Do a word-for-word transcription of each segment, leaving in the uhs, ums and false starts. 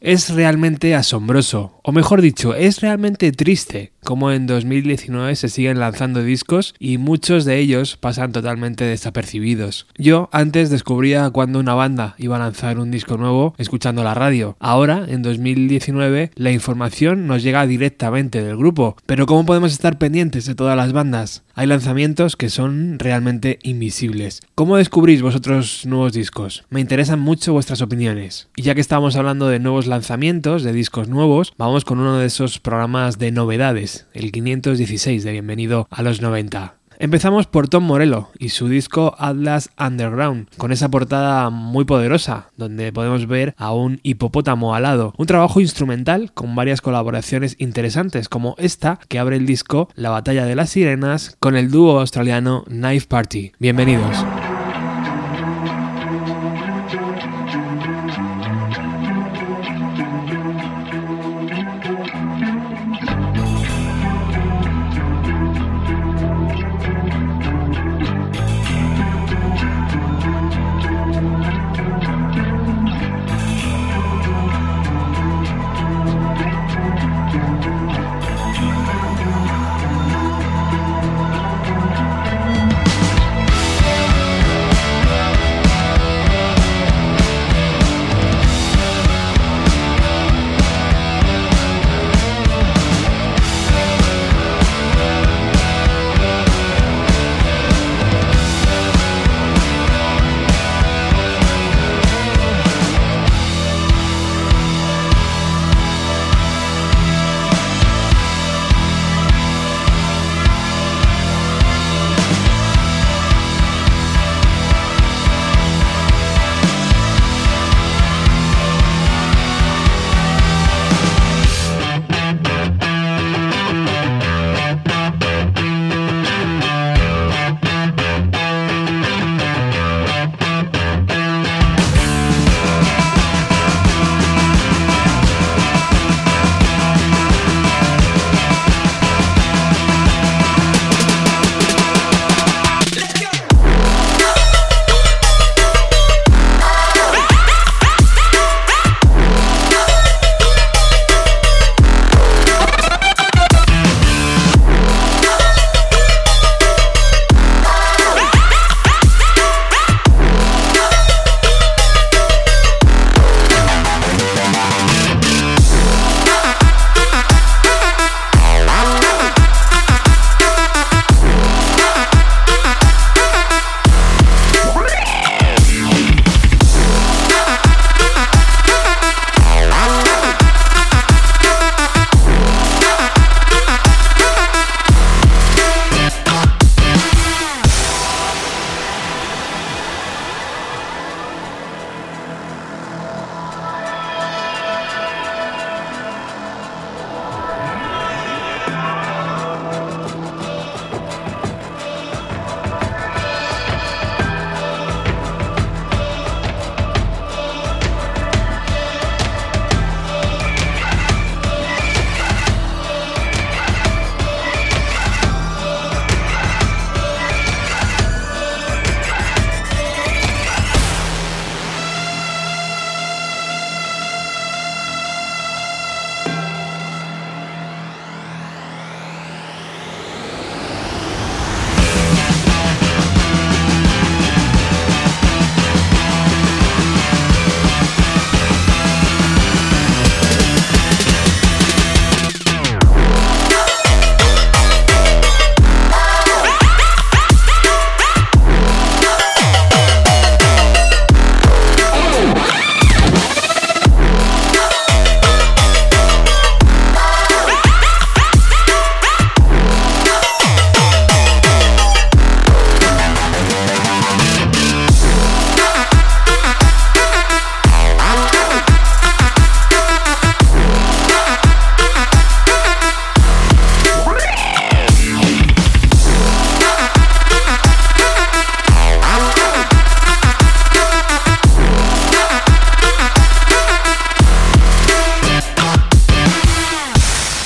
Es realmente asombroso, o mejor dicho, es realmente triste cómo en dos mil diecinueve se siguen lanzando discos y muchos de ellos pasan totalmente desapercibidos. Yo antes descubría cuando una banda iba a lanzar un disco nuevo escuchando la radio. Ahora, en dos mil diecinueve, la información nos llega directamente del grupo. Pero ¿cómo podemos estar pendientes de todas las bandas? Hay lanzamientos que son realmente invisibles. ¿Cómo descubrís vosotros nuevos discos? Me interesan mucho vuestras opiniones. Y ya que estamos hablando de nuevos lanzamientos, de discos nuevos, vamos con uno de esos programas de novedades, el quinientos dieciséis de Bienvenido a los noventa. Empezamos por Tom Morello y su disco Atlas Underground, con esa portada muy poderosa, donde podemos ver a un hipopótamo alado. Un trabajo instrumental con varias colaboraciones interesantes, como esta que abre el disco La Batalla de las Sirenas con el dúo australiano Knife Party. Bienvenidos.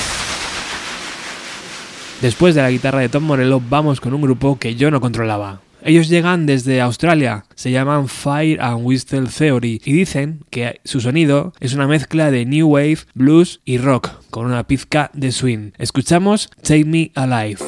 Después de la guitarra de Tom Morello, vamos con un grupo que yo no controlaba. Ellos llegan desde Australia, se llaman Fire and Whistle Theory y dicen que su sonido es una mezcla de new wave, blues y rock con una pizca de swing. Escuchamos Take Me Alive.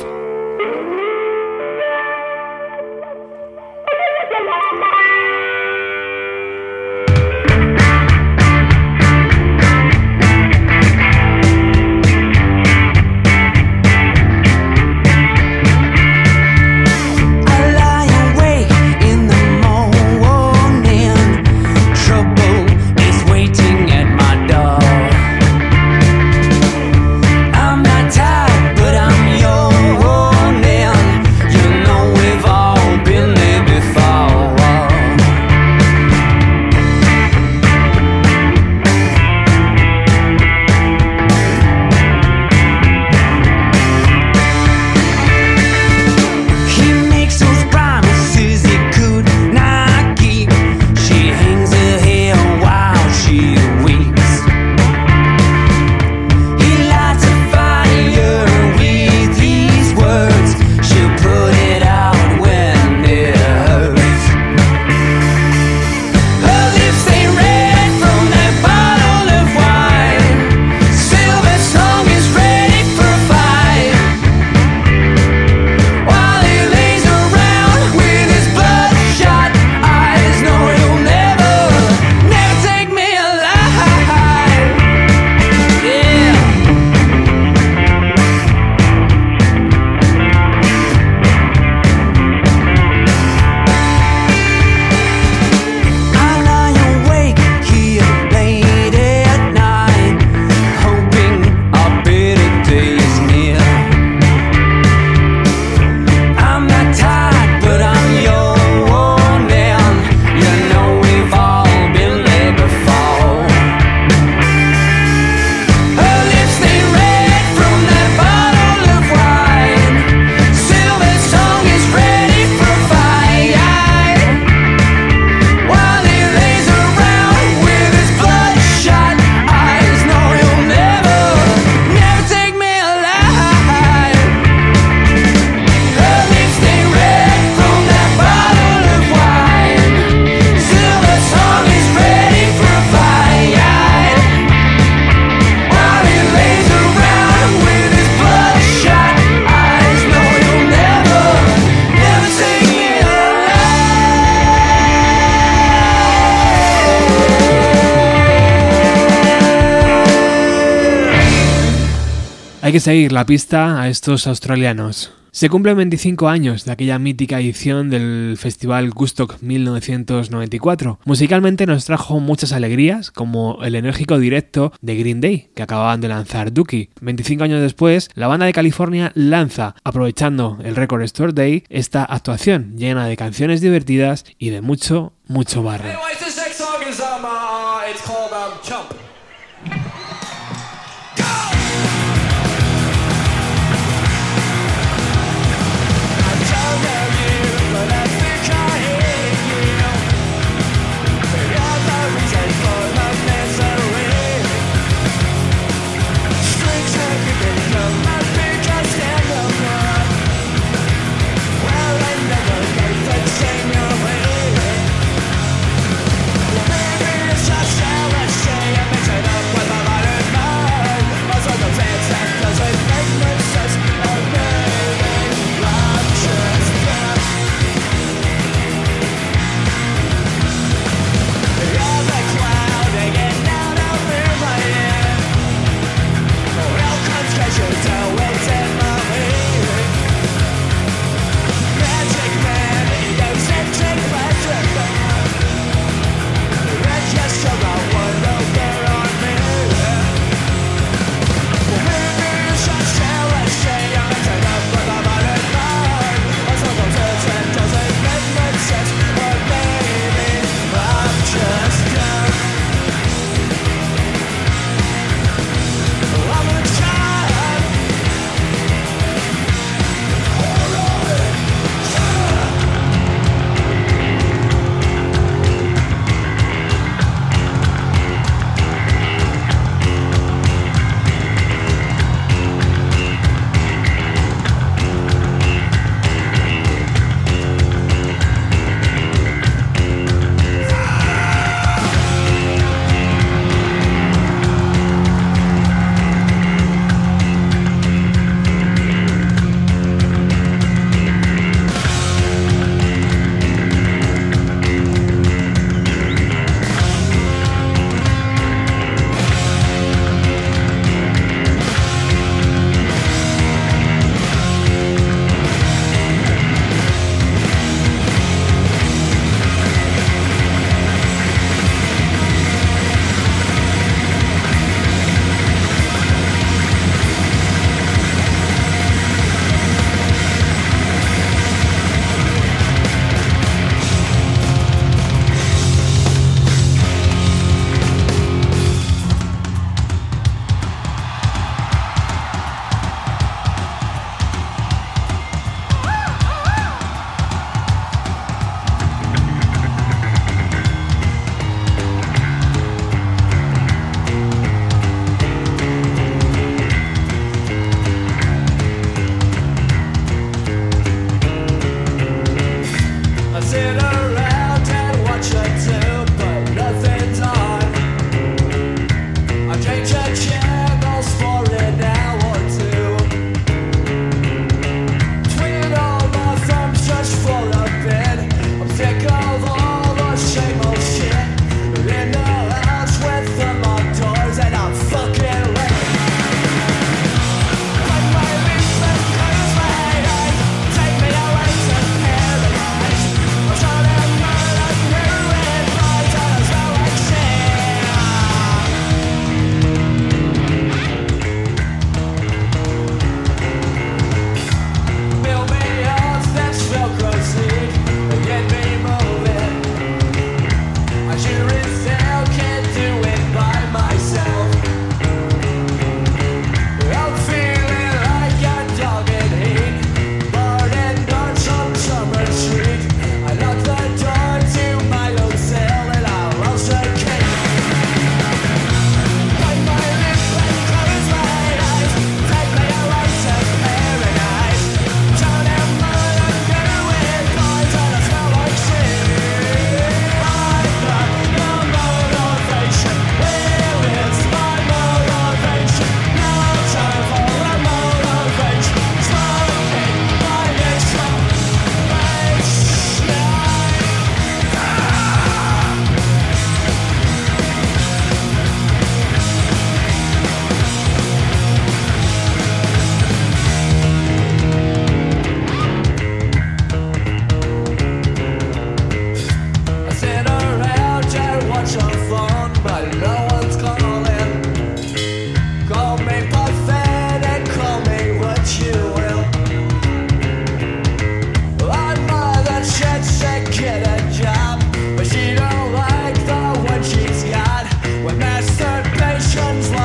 Hay que seguir la pista a estos australianos. Se cumplen veinticinco años de aquella mítica edición del Festival Woodstock mil novecientos noventa y cuatro. Musicalmente nos trajo muchas alegrías, como el enérgico directo de Green Day, que acababan de lanzar Dookie. veinticinco años después, la banda de California lanza, aprovechando el Record Store Day, esta actuación llena de canciones divertidas y de mucho, mucho barrio. Anyways, this next song is, um, uh, it's called, um, Chump. Just how I say I'm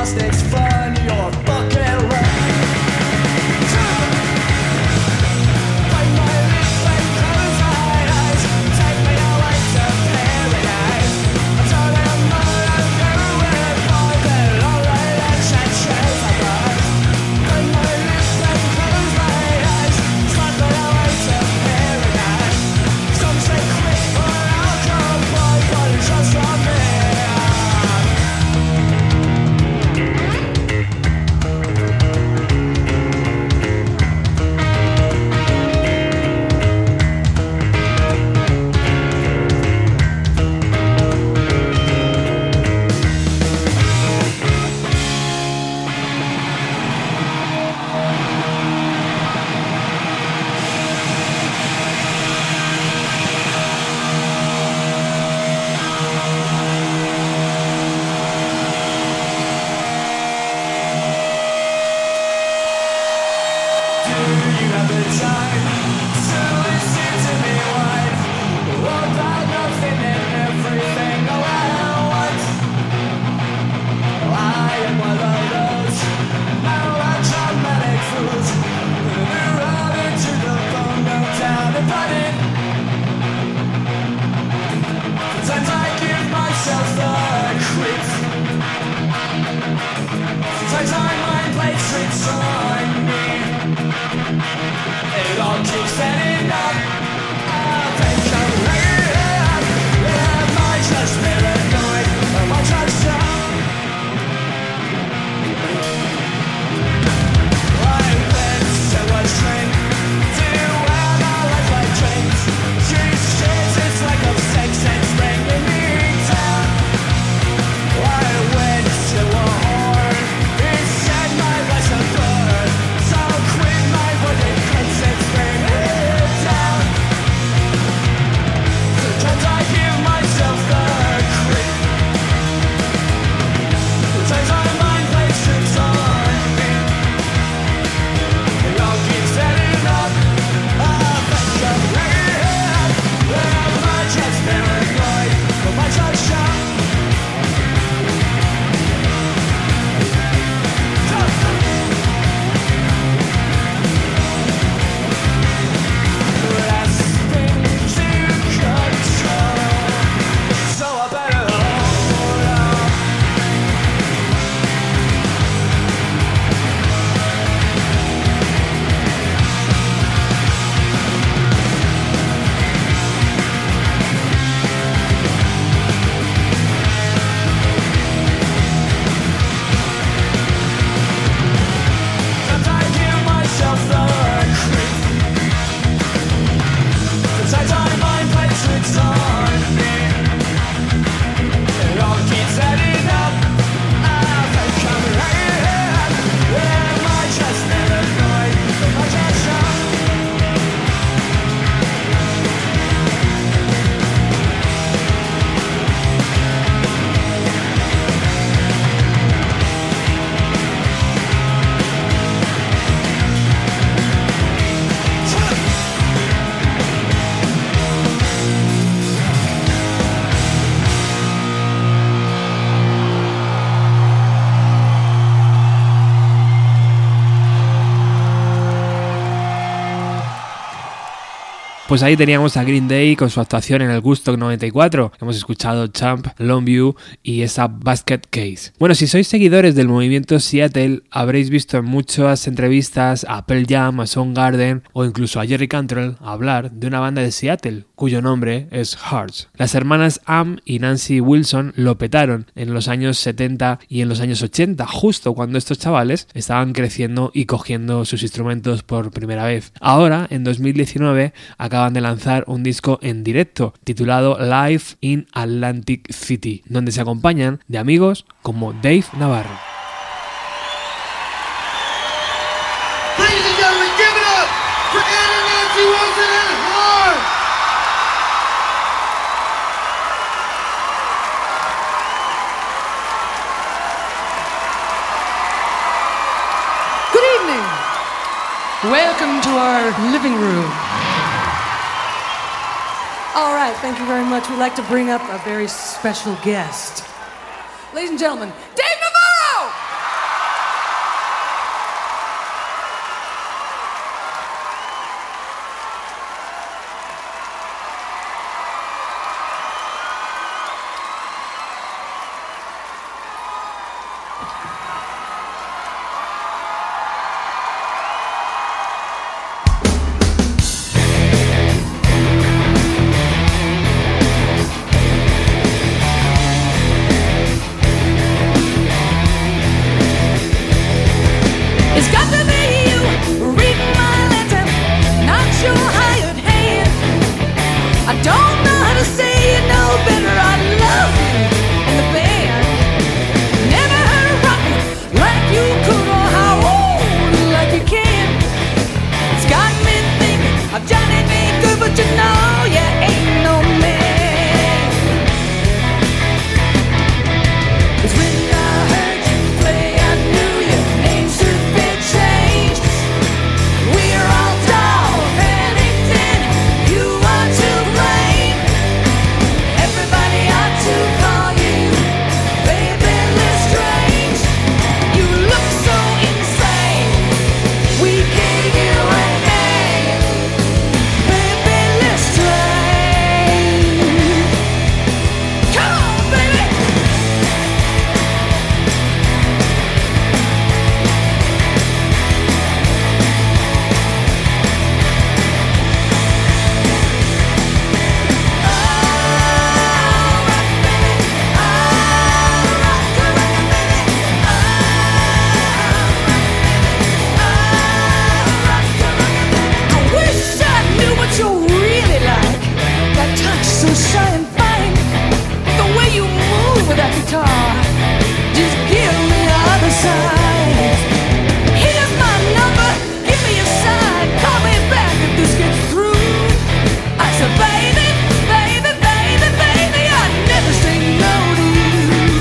gymnastics fun, your bucket run. Bite my lips and close my eyes, take me away to paradise. I'm turning mine and going for the lonely lunch and chase I bite. Bite my lips and close my eyes, take me away to paradise. Some say quit or I'll come by, but it's just on me. Pues ahí teníamos a Green Day con su actuación en el Woodstock noventa y cuatro. Hemos escuchado Champ, Longview y esa Basket Case. Bueno, si sois seguidores del movimiento Seattle, habréis visto en muchas entrevistas a Pearl Jam, a Soundgarden o incluso a Jerry Cantrell hablar de una banda de Seattle, cuyo nombre es Hearts. Las hermanas Am y Nancy Wilson lo petaron en los años setenta y en los años ochenta, justo cuando estos chavales estaban creciendo y cogiendo sus instrumentos por primera vez. Ahora, en dos mil diecinueve, acaban de lanzar un disco en directo titulado Live in Atlantic City, donde se acompañan de amigos como Dave Navarro. Ladies and gentlemen, give it up for Ed and Nancy Wilson and Heart! Good evening. Welcome to our living room. All right, thank you very much. We'd like to bring up a very special guest. Ladies and gentlemen, Dave Navarro! It's got to be you reading my letter, not your hired hand. I don't know how to say it no better. I love you and the band. Never heard of rockin' like you could or how old like you can. It's got me thinking of Johnny B. Good, but you know you ain't no man. 'Cause when I heard you play, I knew your name should be changed. We're all dull, panicked, and you are to blame. Everybody ought to call you Baby Lestrange. You look so insane. We gave you a name, Baby Lestrange. Come on, baby. I wish I knew what you really like. That touch so shy and fine. The way you move with that guitar. Just give me the other side. Here's my number. Give me a sign. Call me back if this gets through. I said, baby, baby, baby, baby, I never say no to you.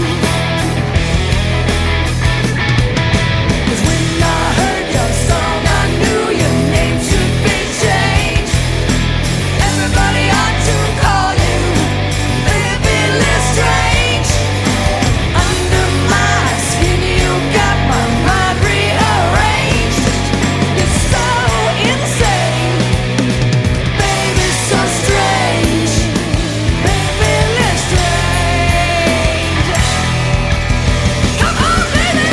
'Cause when I heard your song, I knew your name should be changed. Everybody ought to call you Baby Lestrange. Under my skin, you got my mind rearranged. You're so insane, baby, so strange, Baby Lestrange. Come on, baby.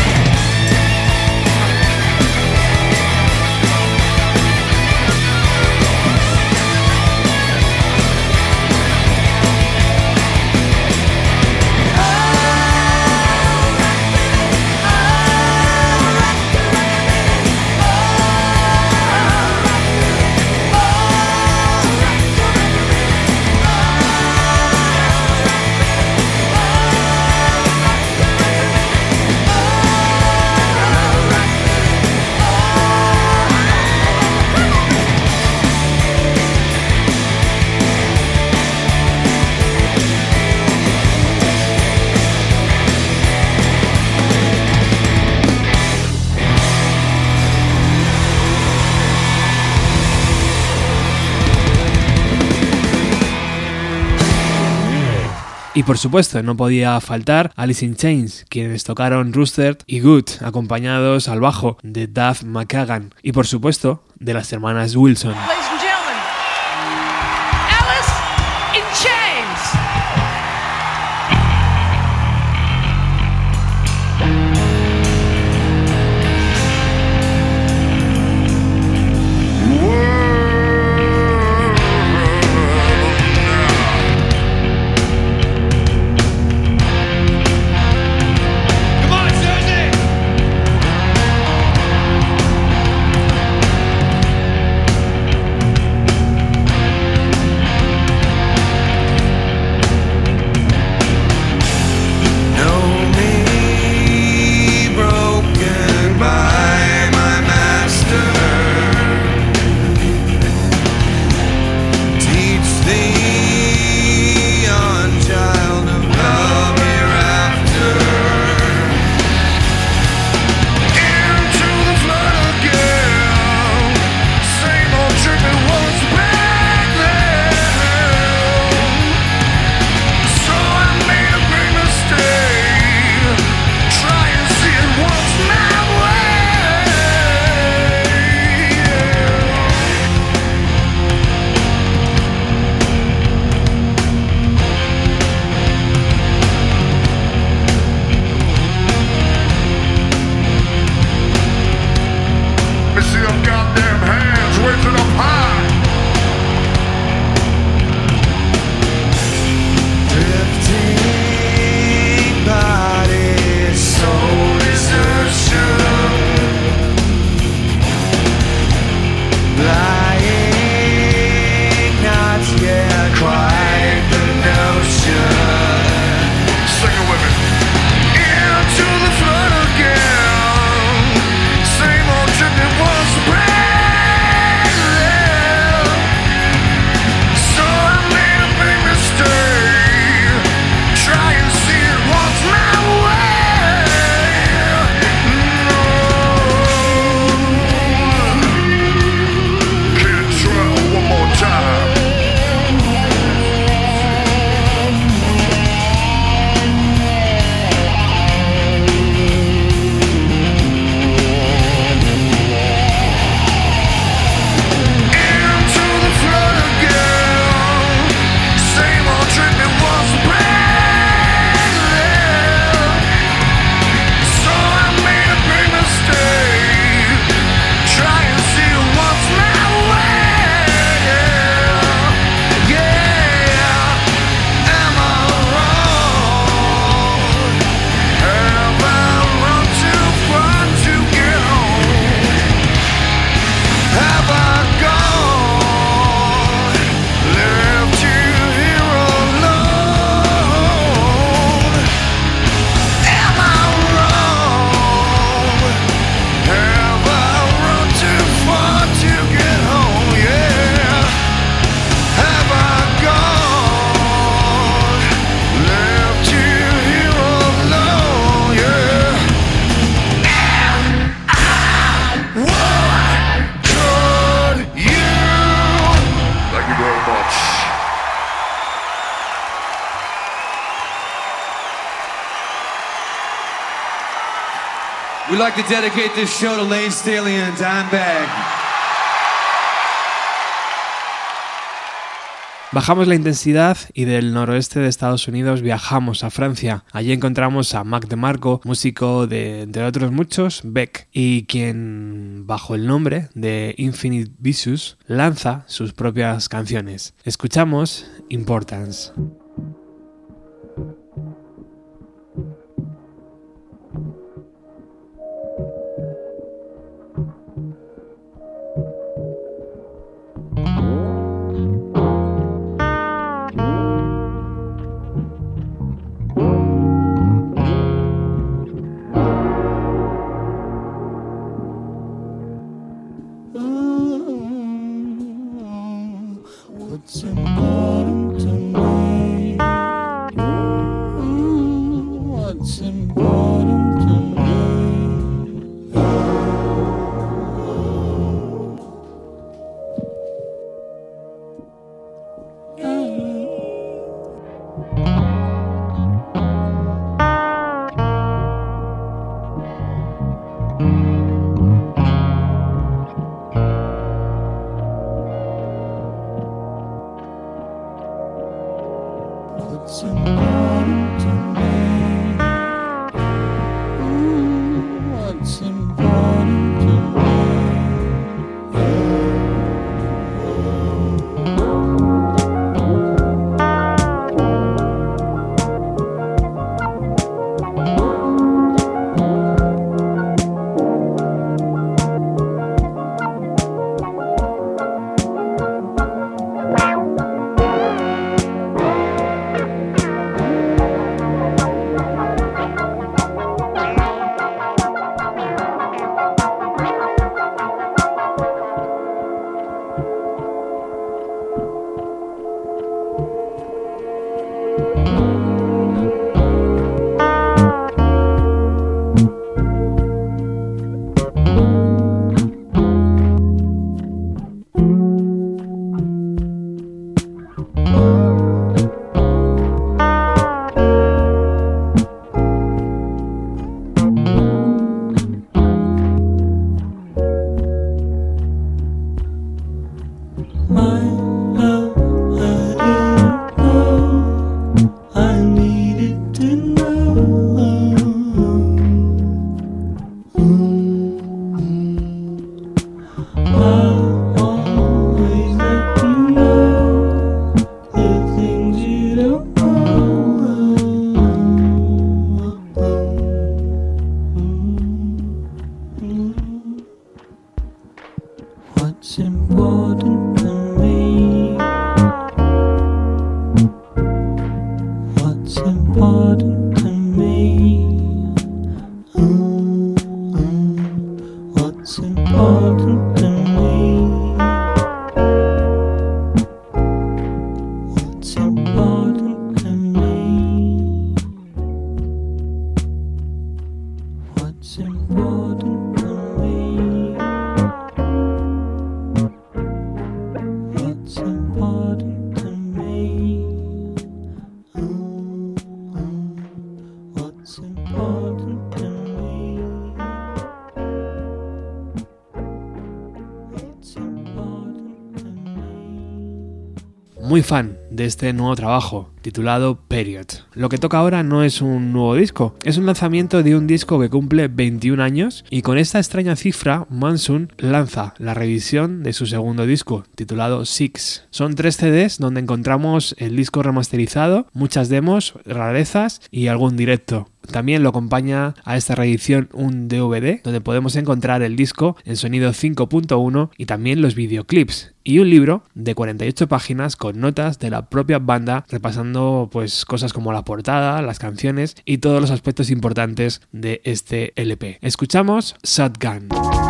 Y por supuesto, no podía faltar Alice in Chains, quienes tocaron Rooster y Good, acompañados al bajo de Duff McKagan. Y por supuesto, de las hermanas Wilson. Ladies and gentlemen, Alice in Chains. Come on, Susie! We'd like to dedicate this show to Lane Staley and Dimebag. Bajamos la intensidad y del noroeste de Estados Unidos viajamos a Francia. Allí encontramos a Mac DeMarco, músico de, entre otros muchos, Beck, y quien, bajo el nombre de Infinite Vicious, lanza sus propias canciones. Escuchamos Importance. What's important to me? What's important to me? What's important to me? What's important to me? What's important to me? What's important to me? Mm, mm. What's important to me? What's important to me? What's important to me? What's important to me? Mm, mm. What's important to me? What's important to me? Muy fan de este nuevo trabajo, titulado Period. Lo que toca ahora no es un nuevo disco, es un lanzamiento de un disco que cumple veintiún años, y con esta extraña cifra, Monsoon lanza la revisión de su segundo disco, titulado Six. Son tres C Ds donde encontramos el disco remasterizado, muchas demos, rarezas y algún directo. También lo acompaña a esta reedición un D V D donde podemos encontrar el disco en sonido cinco punto uno y también los videoclips, y un libro de cuarenta y ocho páginas con notas de la propia banda repasando pues cosas como la portada, las canciones y todos los aspectos importantes de este L P. Escuchamos Shotgun.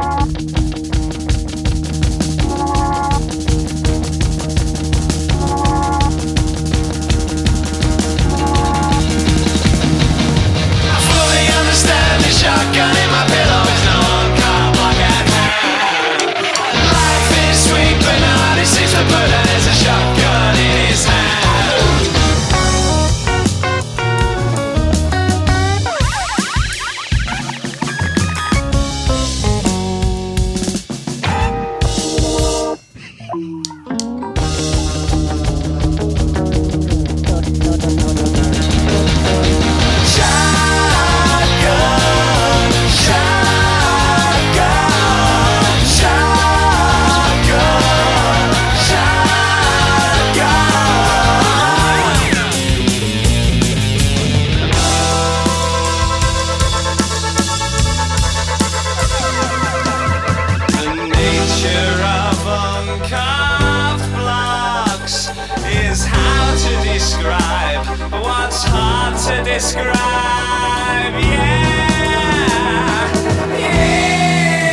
Shotgun in my pillow is no one block at hand. Life is sweet, but not it seems to put as a shotgun in his hand. hard to describe. Yeah, yeah.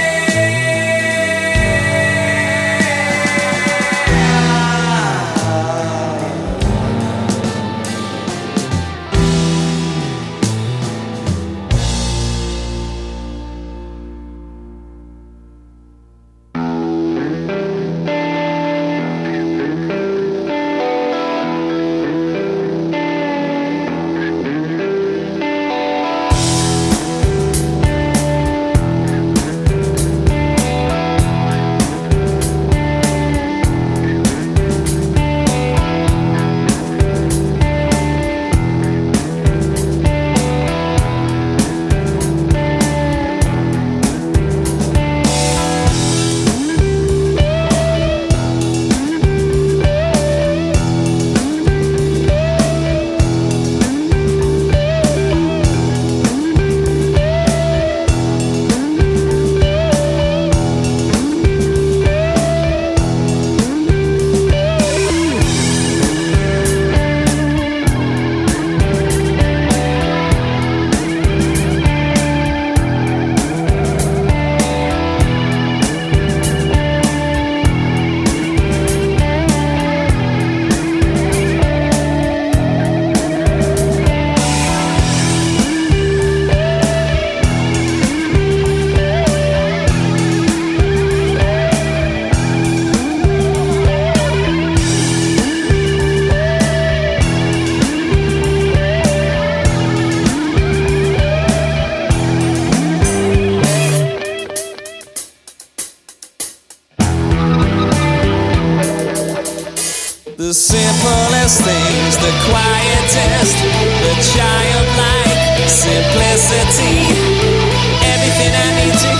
The simplest things, the quietest, the childlike simplicity, everything I need to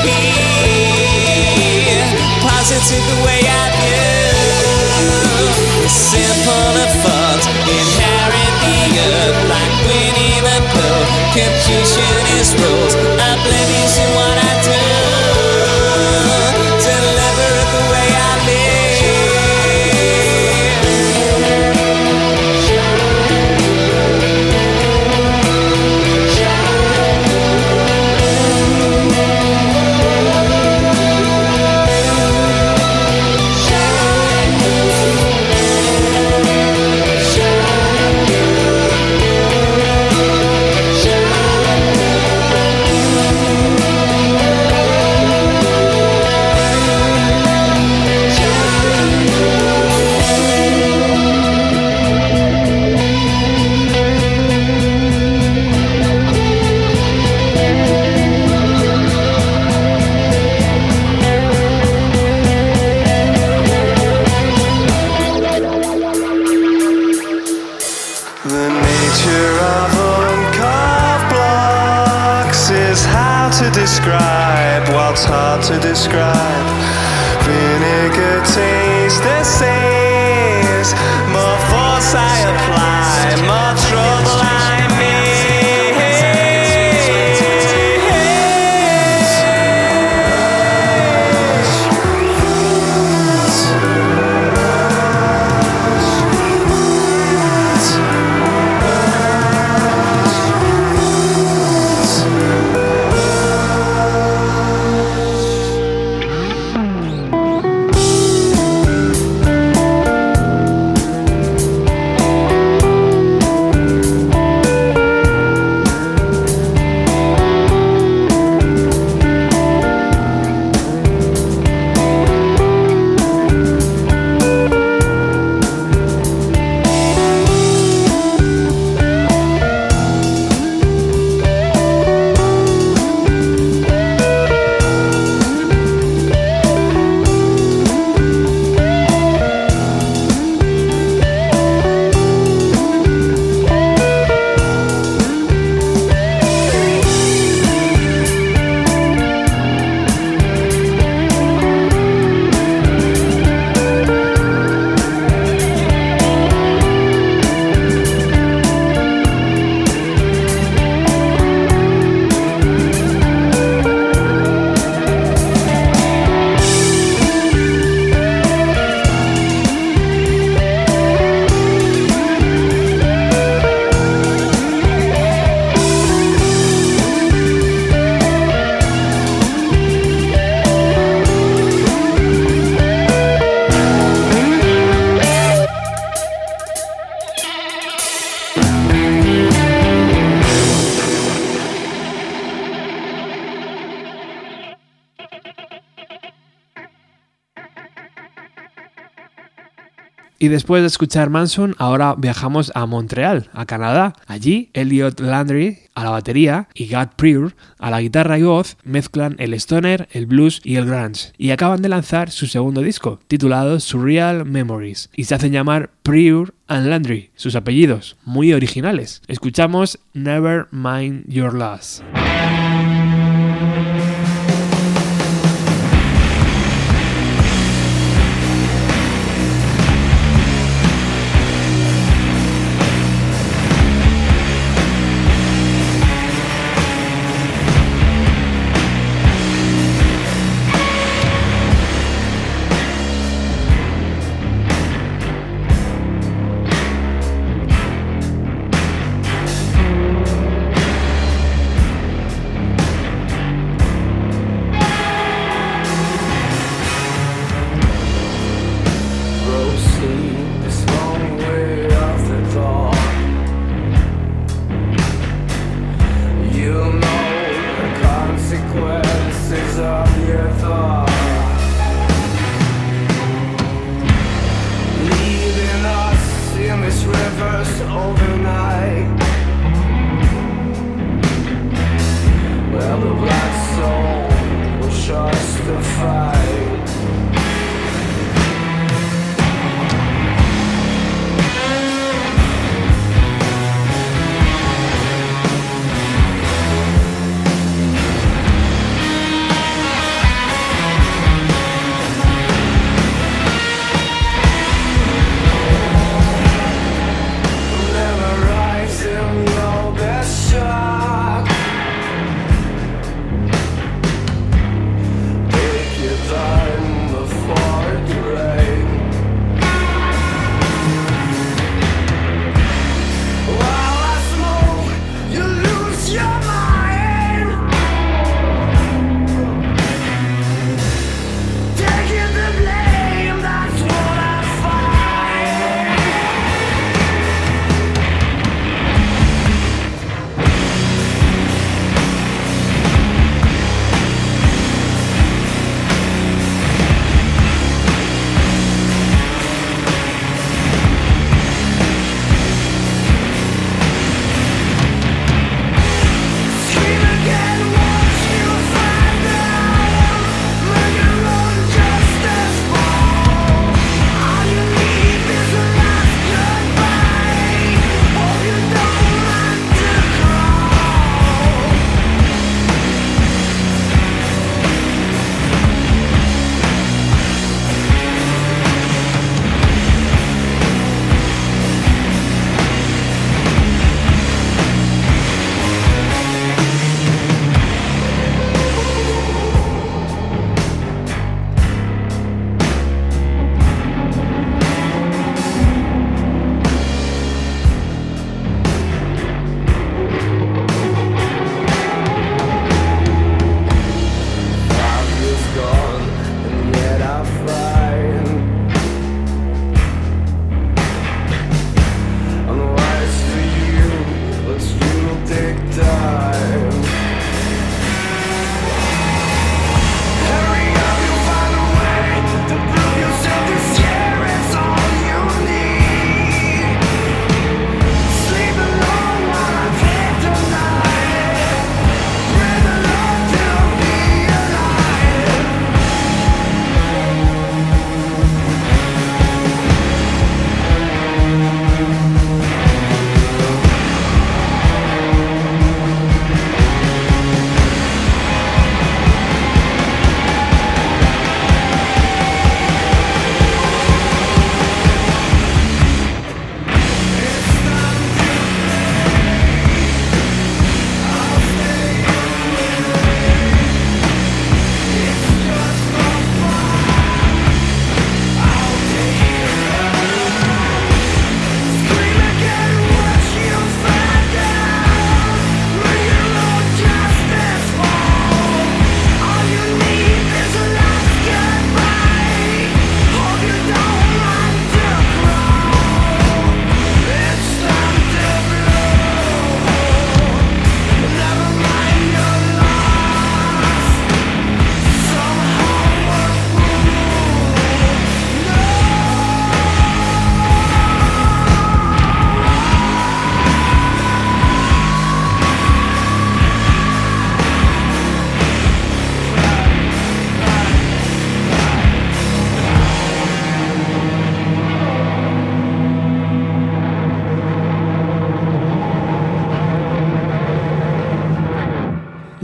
hear, positive the way I view, the simple of thought, inherit the earth, like Winnie the Pooh, confusion is rules, oblivious in what I do, deliberate the way I live. Describe what's hard to describe. Vinegar taste the says, more force I apply, more trouble I make. Thank Y después de escuchar Manson, ahora viajamos a Montreal, a Canadá. Allí, Elliot Landry a la batería y Gad Pryor a la guitarra y voz mezclan el stoner, el blues y el grunge. Y acaban de lanzar su segundo disco, titulado Surreal Memories, y se hacen llamar Pryor and Landry, sus apellidos, muy originales. Escuchamos Never Mind Your Loss.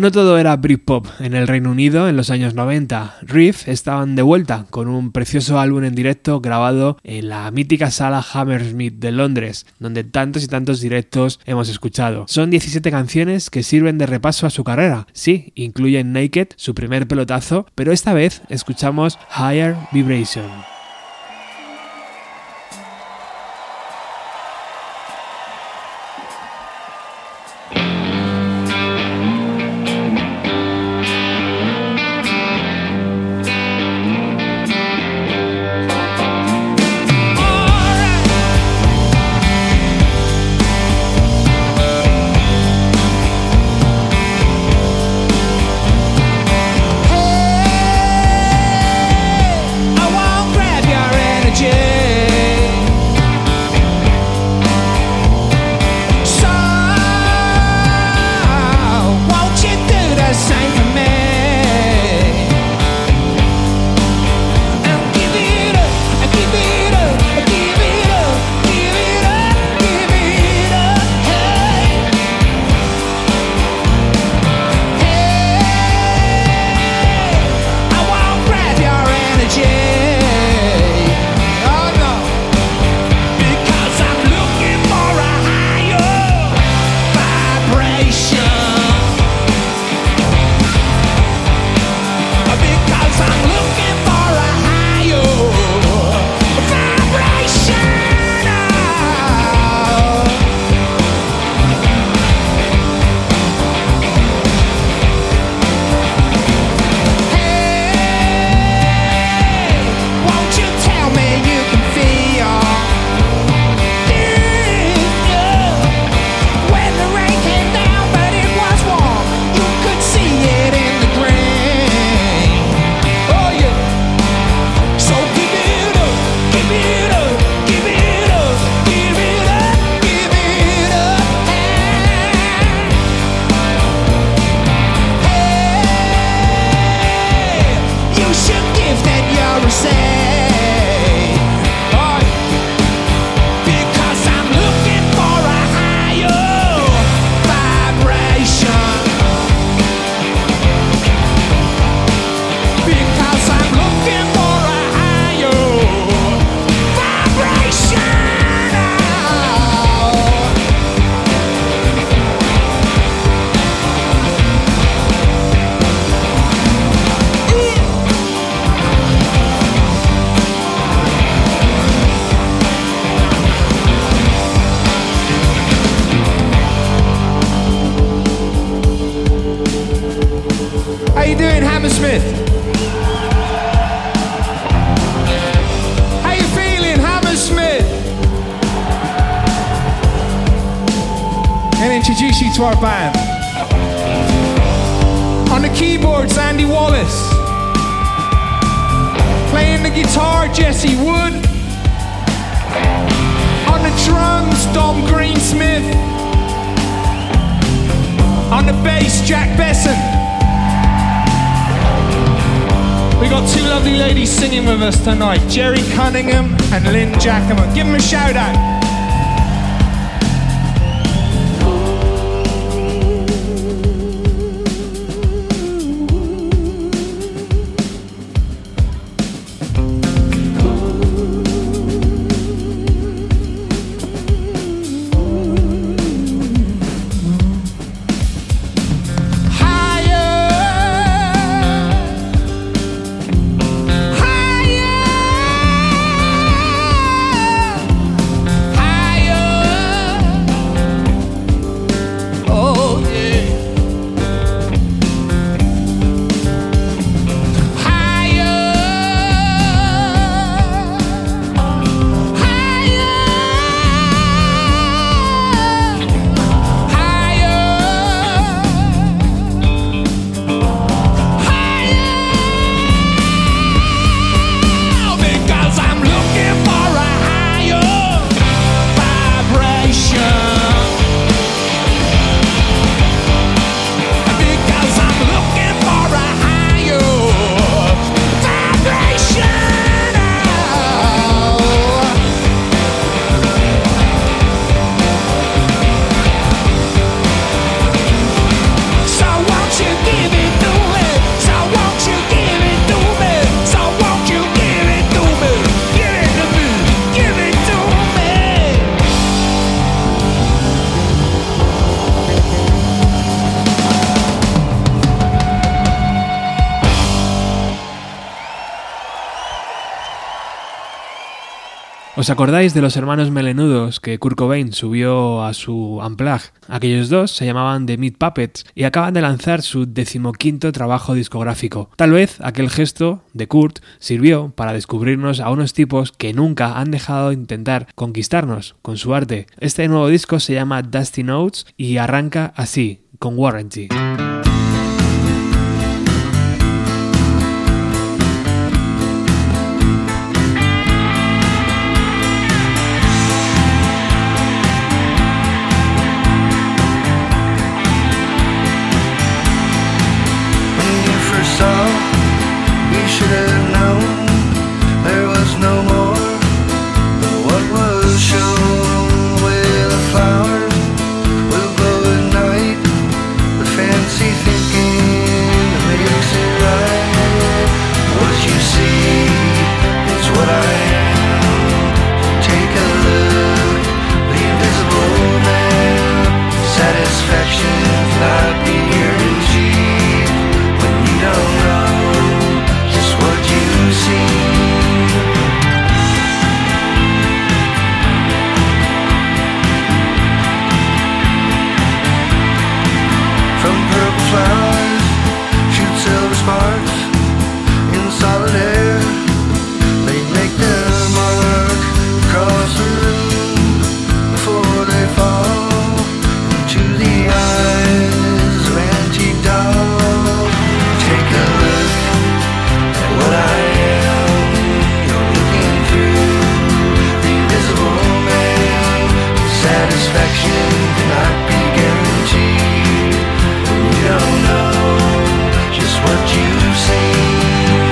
No todo era Britpop en el Reino Unido en los años noventa. Riff estaban de vuelta con un precioso álbum en directo grabado en la mítica sala Hammersmith de Londres, donde tantos y tantos directos hemos escuchado. Son diecisiete canciones que sirven de repaso a su carrera. Sí, incluyen Naked, su primer pelotazo, pero esta vez escuchamos Higher Vibration. Introduce you to our band. On the keyboards, Andy Wallace. Playing the guitar, Jesse Wood. On the drums, Dom Greensmith. On the bass, Jack Besson. We got two lovely ladies singing with us tonight, Jerry Cunningham and Lynn Jackman. Give them a shout out. Higher ¿Os acordáis de los hermanos melenudos que Kurt Cobain subió a su Unplugged? Aquellos dos se llamaban The Meat Puppets y acaban de lanzar su decimoquinto trabajo discográfico. Tal vez aquel gesto de Kurt sirvió para descubrirnos a unos tipos que nunca han dejado de intentar conquistarnos con su arte. Este nuevo disco se llama Dusty Notes y arranca así, con Warranty. Should have known there was no more than what was shown. Where the flowers will blow at night, the fancy thinking that makes it right. What you see is what I am. Take a look, the invisible man. Satisfaction not be guaranteed when you don't know what you see. From purple flowers shoot silver sparks in solid air. They make their mark across the room before they fall into the eyes of antique dolls. Take a look what I am, you're looking through the invisible man. Satisfaction cannot be guaranteed. You don't know just what you've seen.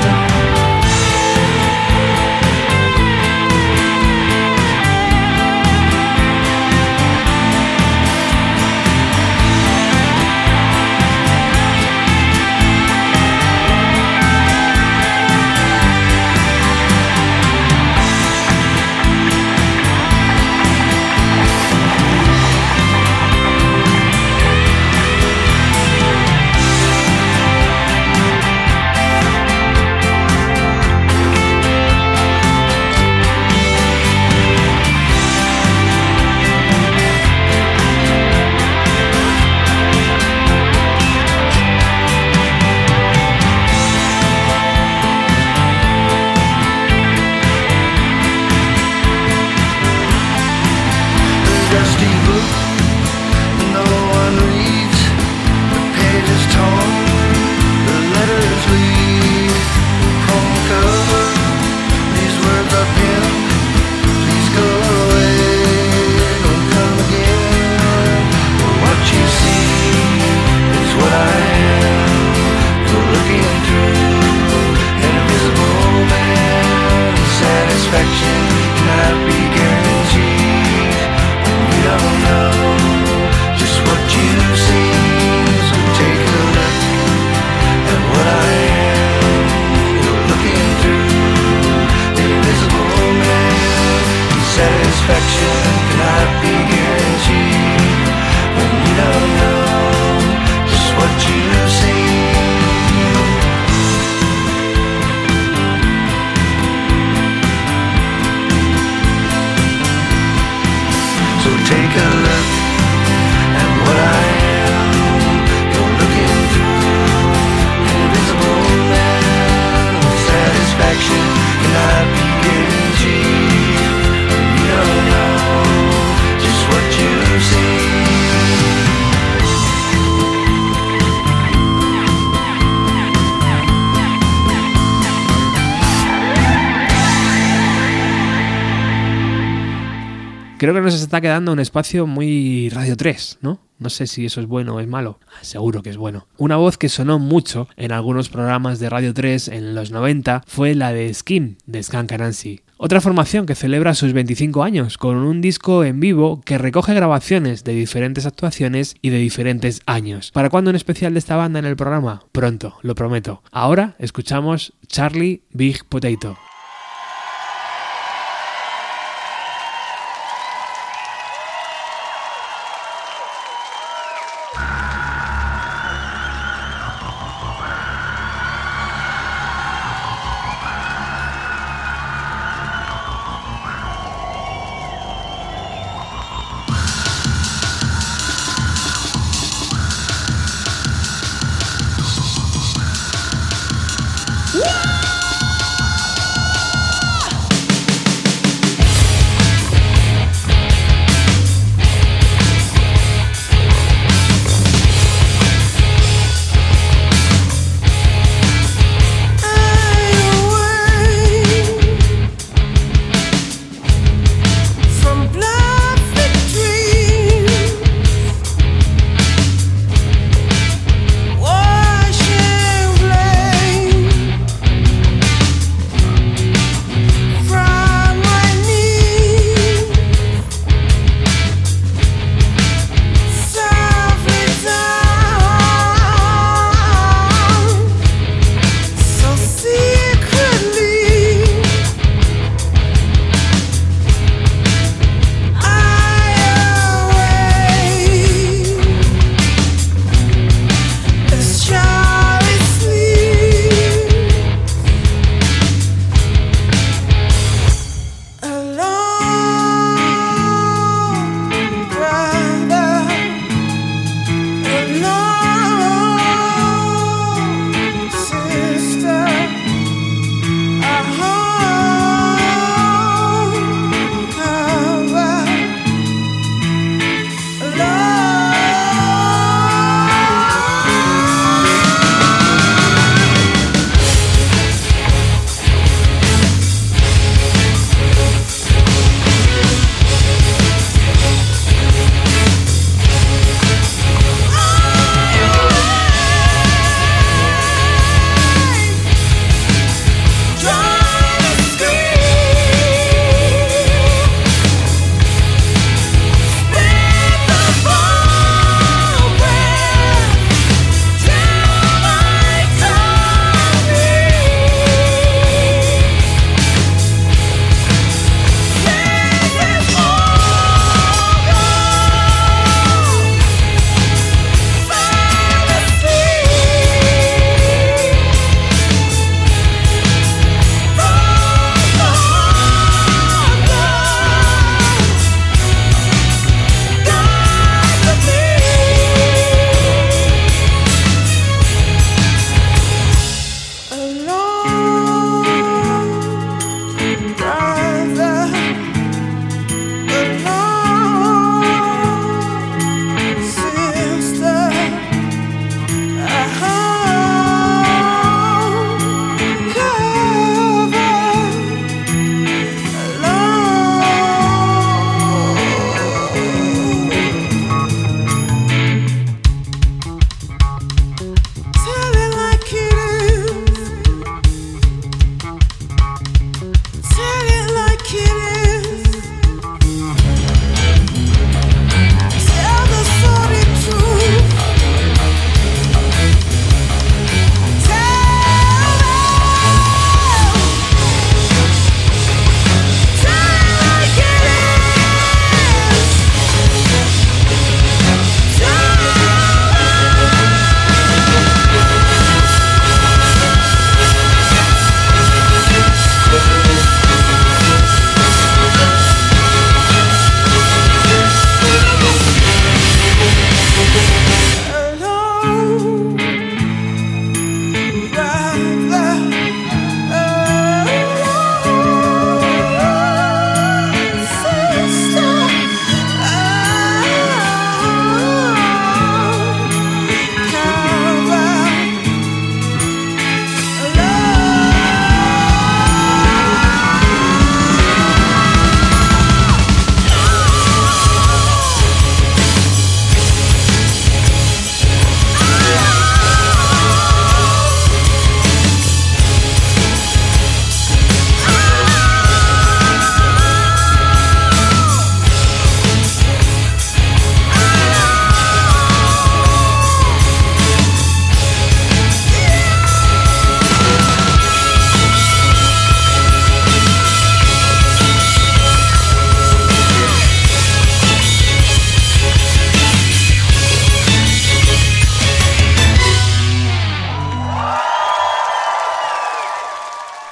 Creo que nos está quedando un espacio muy Radio tres, ¿no? No sé si eso es bueno o es malo. Seguro que es bueno. Una voz que sonó mucho en algunos programas de Radio tres en los noventa fue la de Skin, de Skunk Anansi. Otra formación que celebra sus veinticinco años con un disco en vivo que recoge grabaciones de diferentes actuaciones y de diferentes años. ¿Para cuándo un especial de esta banda en el programa? Pronto, lo prometo. Ahora escuchamos Charlie Big Potato.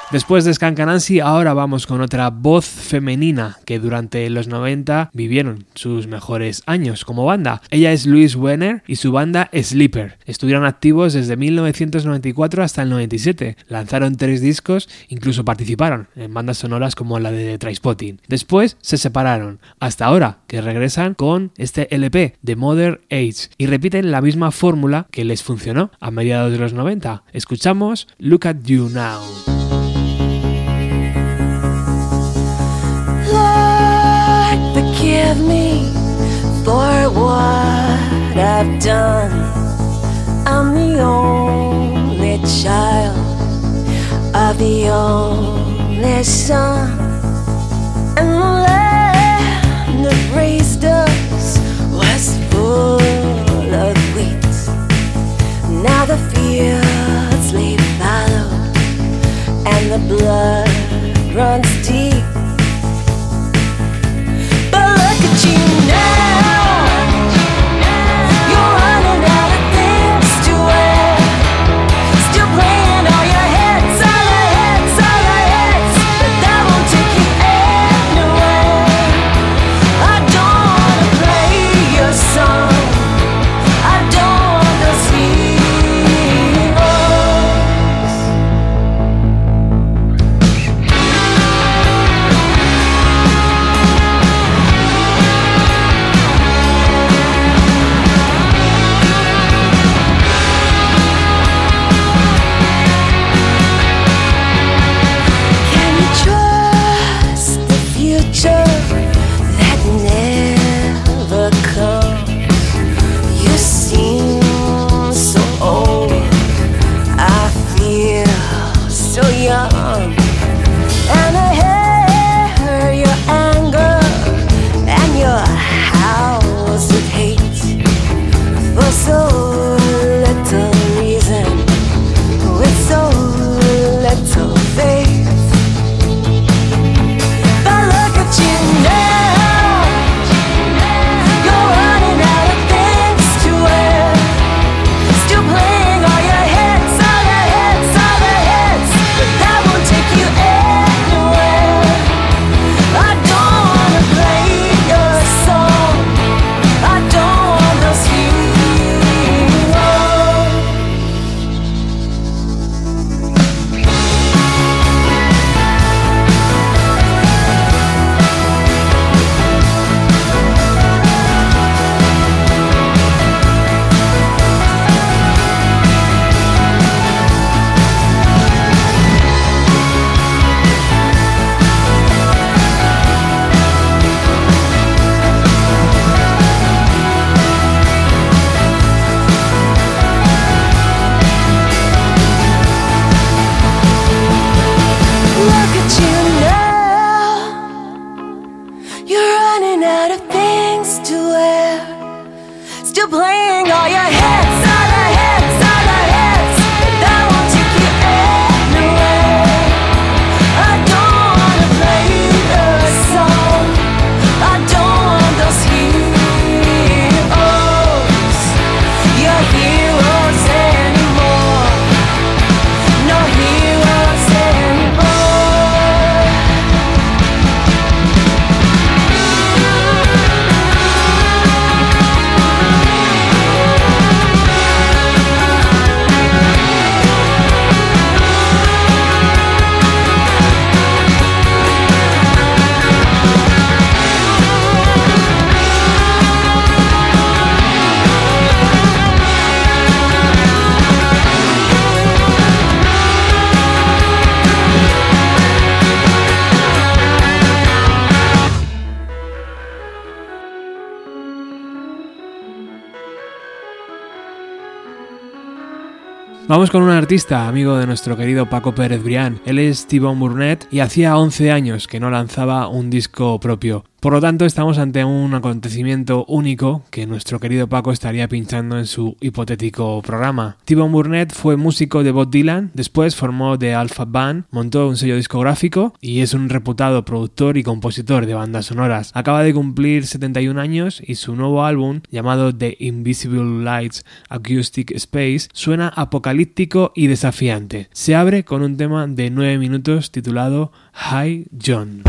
Después de Skunk Anansi, ahora vamos con otra voz femenina que durante los noventa vivieron sus mejores años como banda. Ella es Louise Wenner y su banda Sleeper. Estuvieron activos desde mil novecientos noventa y cuatro hasta el noventa y siete. Lanzaron tres discos, incluso participaron en bandas sonoras como la de Trainspotting. Después se separaron, hasta ahora que regresan con este L P de Mother Age y repiten la misma fórmula que les funcionó a mediados de los noventa. Escuchamos Look at You Now. Lord, forgive me for what I've done. I'm the only child of the only son, and the land that raised us was full of wheat. Now the fields lay fallow, and the blood runs deep. But look at you now, you're running out of things to wear, still playing all your hits, all your hits, all your hits, but that won't take you anywhere. I don't wanna play your song, I don't want those heroes. Can you trust the future that never comes? You seem so old, I feel so young, and I hear your anger and your howls of hate for so little reason, with so little faith. But look at you now, you're running out of things to wear, still playing all your hits, all your hits, all your hits, but that won't take you anywhere. I don't wanna play your song, I don't want those heroes. Look at you now, you're running out of things to wear, still playing all your hits, all your hits, all your hits, but that won't take you anywhere. I don't wanna play your song, I don't want those heroes, your heroes anymore, no heroes anymore. Vamos con un artista, amigo de nuestro querido Paco Pérez Brián. Él es T-Bone Burnett y hacía once años que no lanzaba un disco propio. Por lo tanto, estamos ante un acontecimiento único que nuestro querido Paco estaría pinchando en su hipotético programa. T-Bone Burnett fue músico de Bob Dylan, después formó The Alpha Band, montó un sello discográfico y es un reputado productor y compositor de bandas sonoras. Acaba de cumplir setenta y un años y su nuevo álbum, llamado The Invisible Lights Acoustic Space, suena apocalíptico y desafiante. Se abre con un tema de nueve minutos titulado Hi John.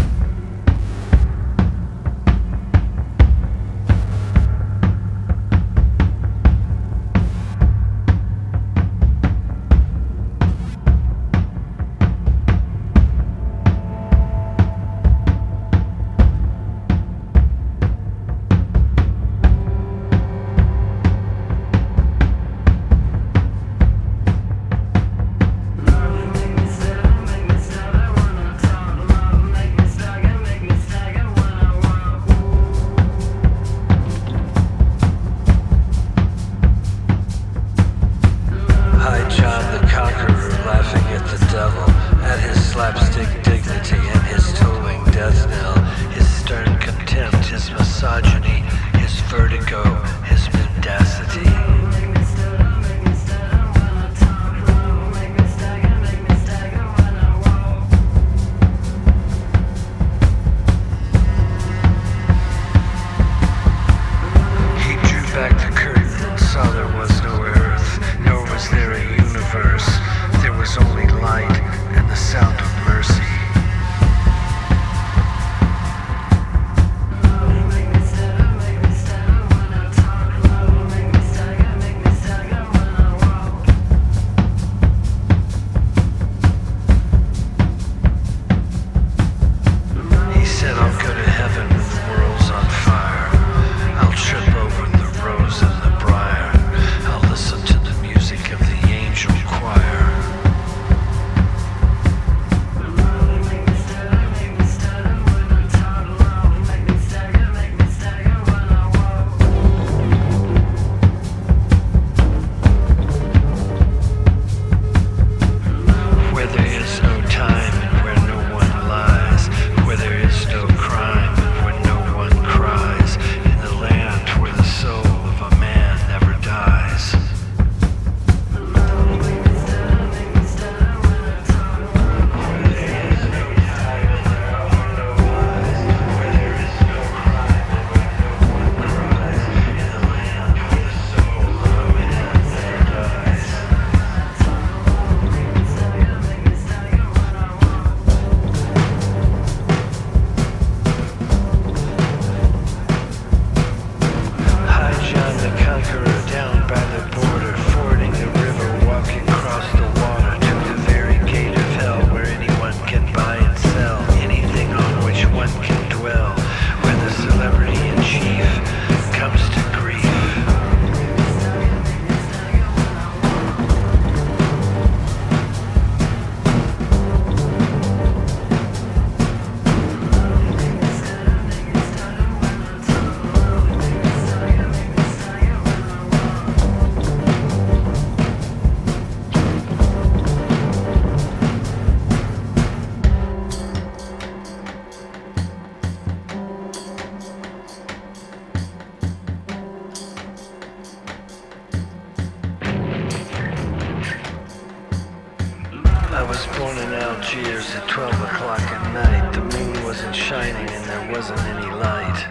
I was born in Algiers at twelve o'clock at night. The moon wasn't shining and there wasn't any light.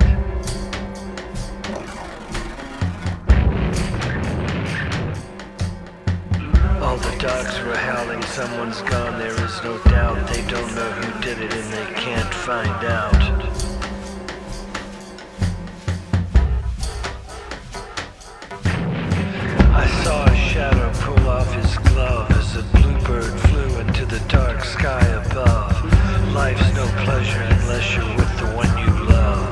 All the dogs were howling, someone's gone, there is no doubt. They don't know who did it and they can't find out. I saw a shadow pull off his glove as a bluebird flew into the dark sky above. Life's no pleasure unless you're with the one you love.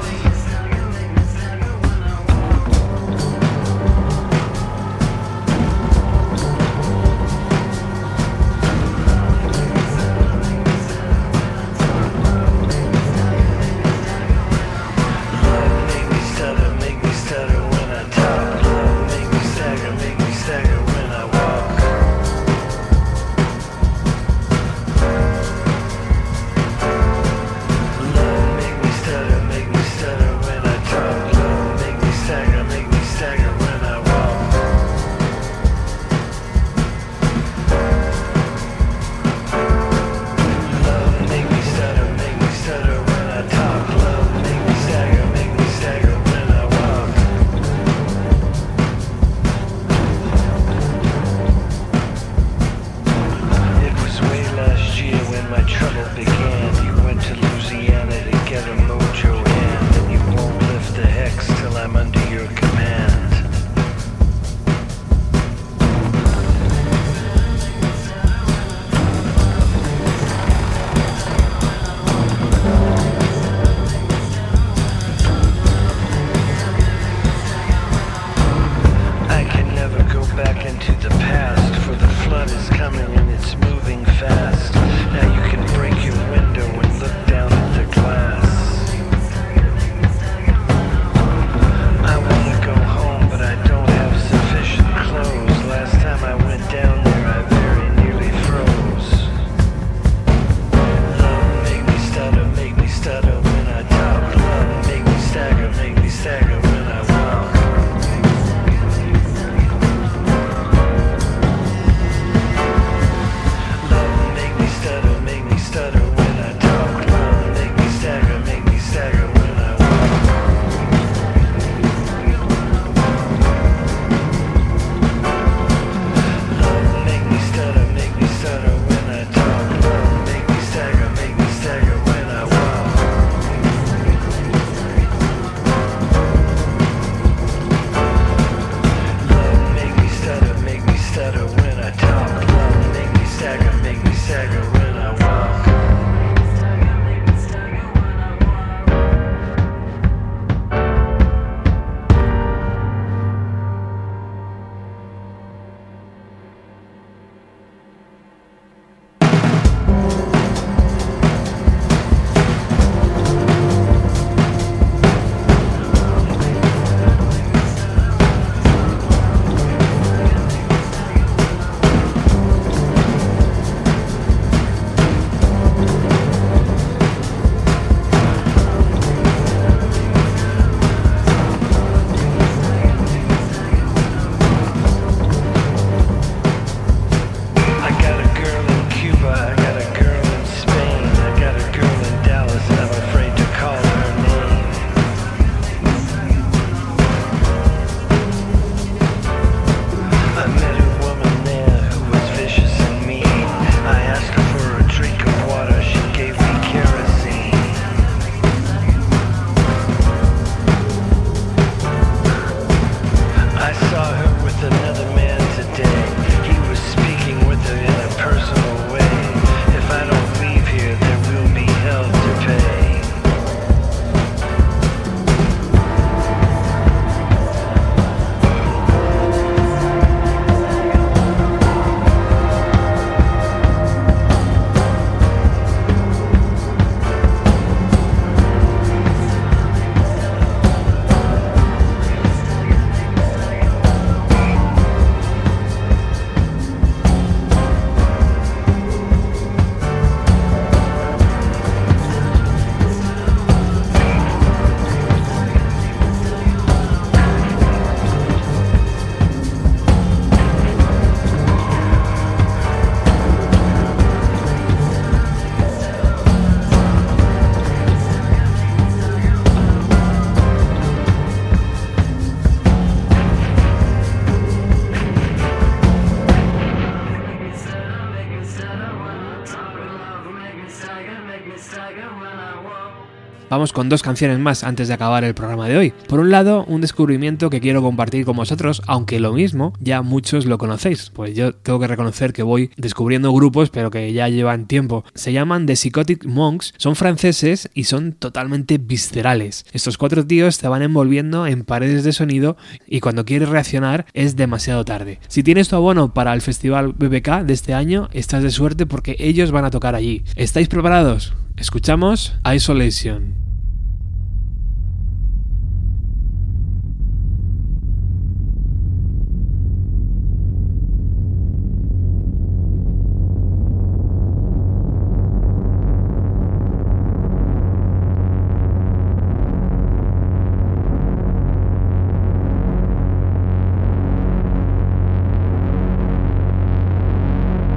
Vamos con dos canciones más antes de acabar el programa de hoy. Por un lado, un descubrimiento que quiero compartir con vosotros, aunque lo mismo ya muchos lo conocéis, pues yo tengo que reconocer que voy descubriendo grupos pero que ya llevan tiempo. Se llaman The Psychotic Monks, son franceses y son totalmente viscerales. Estos cuatro tíos te van envolviendo en paredes de sonido y cuando quieres reaccionar es demasiado tarde. Si tienes tu abono para el festival B B K de este año, estás de suerte porque ellos van a tocar allí. ¿Estáis preparados? Escuchamos Isolation.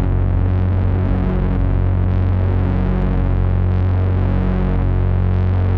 Isolation.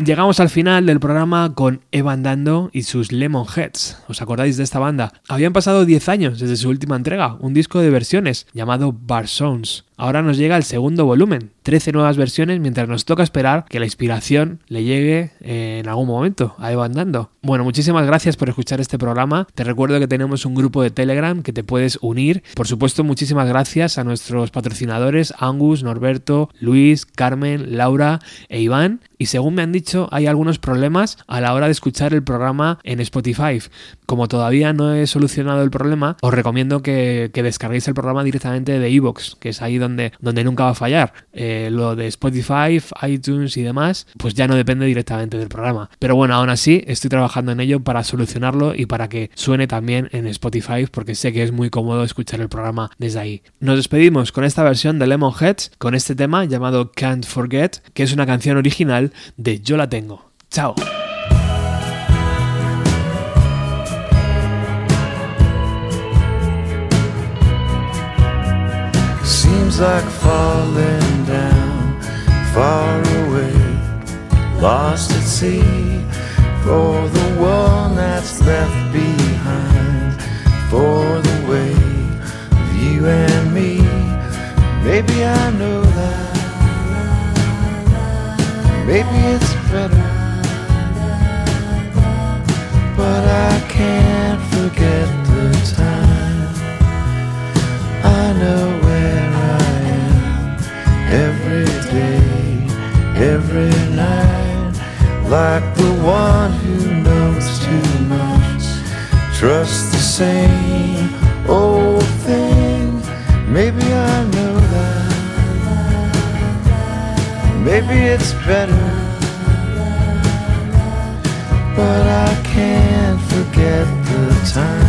Llegamos al final del programa con Evan Dando y sus Lemonheads. ¿Os acordáis de esta banda? Habían pasado diez años desde su última entrega, un disco de versiones llamado Bar Sounds. Ahora nos llega el segundo volumen, trece nuevas versiones, mientras nos toca esperar que la inspiración le llegue eh, en algún momento a Evan Dando. Bueno, muchísimas gracias por escuchar este programa. Te recuerdo que tenemos un grupo de Telegram que te puedes unir. Por supuesto, muchísimas gracias a nuestros patrocinadores Angus, Norberto, Luis, Carmen, Laura e Iván. Y según me han dicho, hay algunos problemas a la hora de escuchar el programa en Spotify. Como todavía no he solucionado el problema, os recomiendo que, que descarguéis el programa directamente de iVoox, que es ahí donde, donde nunca va a fallar. Eh, lo de Spotify, iTunes y demás, pues ya no depende directamente del programa. Pero bueno, aún así estoy trabajando en ello para solucionarlo y para que suene también en Spotify, porque sé que es muy cómodo escuchar el programa desde ahí. Nos despedimos con esta versión de Lemonheads, con este tema llamado Can't Forget, que es una canción original de Yo La Tengo. ¡Chao! Seems like falling down, far away, lost at sea, for the one that's left behind, for the way of you and me. Maybe I know that, maybe it's better, but I can't forget the time. I know where I am every day, every night, like the one who knows too much, trusts the same old thing. Maybe I know that, maybe it's better, but I can't forget the time.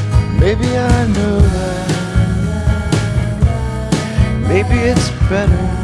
Maybe it's better,